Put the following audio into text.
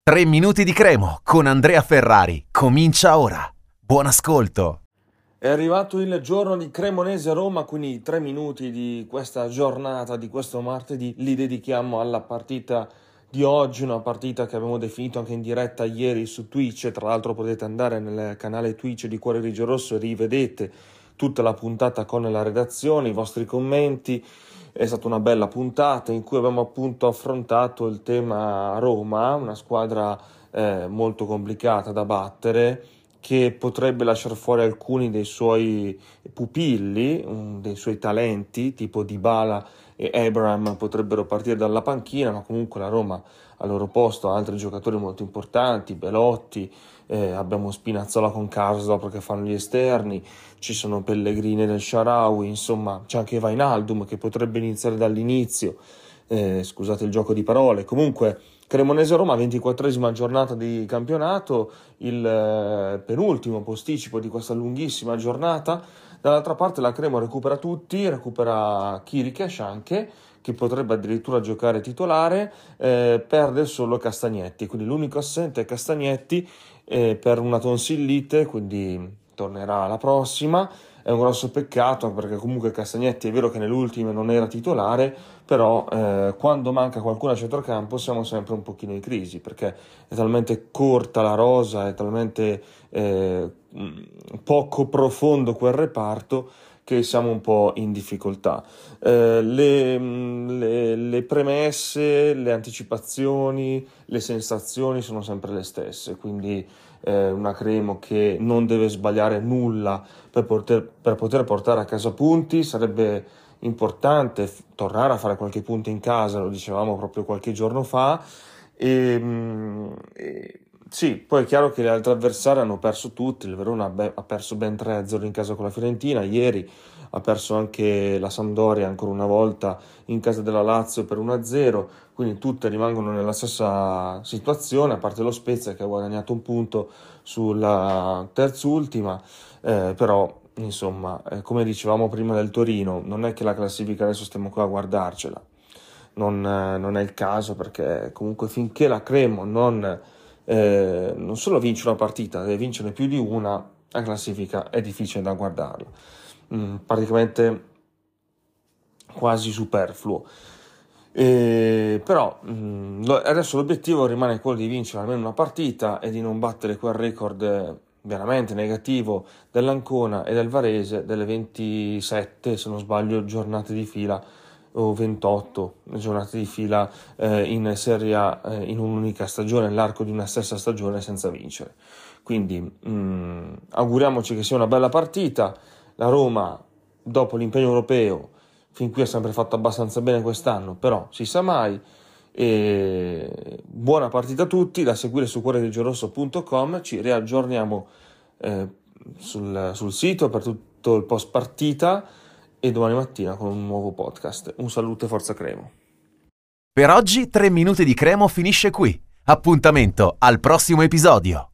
3 minuti di Cremo con Andrea Ferrari. Comincia ora. Buon ascolto. È arrivato il giorno di Cremonese-Roma, quindi 3 minuti di questa giornata, di questo martedì, li dedichiamo alla partita di oggi, una partita che abbiamo definito anche in diretta ieri su Twitch. Tra l'altro potete andare nel canale Twitch di Cuore Rigiorosso e rivedete tutta la puntata con la redazione, i vostri commenti. È stata una bella puntata in cui abbiamo appunto affrontato il tema Roma, una squadra molto complicata da battere, che potrebbe lasciare fuori alcuni dei suoi pupilli, dei suoi talenti, tipo Dybala e Abraham potrebbero partire dalla panchina, ma comunque la Roma al loro posto ha altri giocatori molto importanti, Belotti, abbiamo Spinazzola con Karsdorp che fanno gli esterni, ci sono Pellegrini del Shaarawy, insomma c'è anche Wijnaldum che potrebbe iniziare dall'inizio, scusate il gioco di parole. Comunque Cremonese-Roma, 24esima giornata di campionato, il penultimo posticipo di questa lunghissima giornata. Dall'altra parte la Cremo recupera tutti, recupera Chiriches anche, che potrebbe addirittura giocare titolare, perde solo Castagnetti, quindi l'unico assente è Castagnetti per una tonsillite, quindi tornerà alla prossima. È un grosso peccato perché comunque Castagnetti è vero che nell'ultimo non era titolare, però quando manca qualcuno a centrocampo siamo sempre un pochino in crisi, perché è talmente corta la rosa, è talmente poco profondo quel reparto che siamo un po' in difficoltà. Le premesse, le anticipazioni, le sensazioni sono sempre le stesse, quindi una Cremo che non deve sbagliare nulla per poter portare a casa punti. Sarebbe importante tornare a fare qualche punto in casa, lo dicevamo proprio qualche giorno fa, sì, poi è chiaro che le altre avversarie hanno perso tutti. Il Verona ha perso ben 3-0 in casa con la Fiorentina, ieri ha perso anche la Sampdoria ancora una volta in casa della Lazio per 1-0, quindi tutte rimangono nella stessa situazione, a parte lo Spezia che ha guadagnato un punto sulla terzultima, però insomma, come dicevamo prima del Torino, non è che la classifica adesso stiamo qua a guardarcela, non è il caso, perché comunque finché la Cremo non solo vince una partita, deve vincere più di una, la classifica è difficile da guardarla, praticamente quasi superfluo. Però adesso l'obiettivo rimane quello di vincere almeno una partita e di non battere quel record veramente negativo dell'Ancona e del Varese delle 27, se non sbaglio, giornate di fila, o 28 giornate di fila in Serie A, in un'unica stagione, nell'arco di una stessa stagione senza vincere. Quindi auguriamoci che sia una bella partita. La Roma, dopo l'impegno europeo, fin qui ha sempre fatto abbastanza bene quest'anno, però si sa mai. E buona partita a tutti, da seguire su cuorerigioروsso.com. Ci riaggiorniamo sul sito per tutto il post partita e domani mattina con un nuovo podcast. Un saluto e forza Cremo. Per oggi 3 minuti di Cremo finisce qui. Appuntamento al prossimo episodio.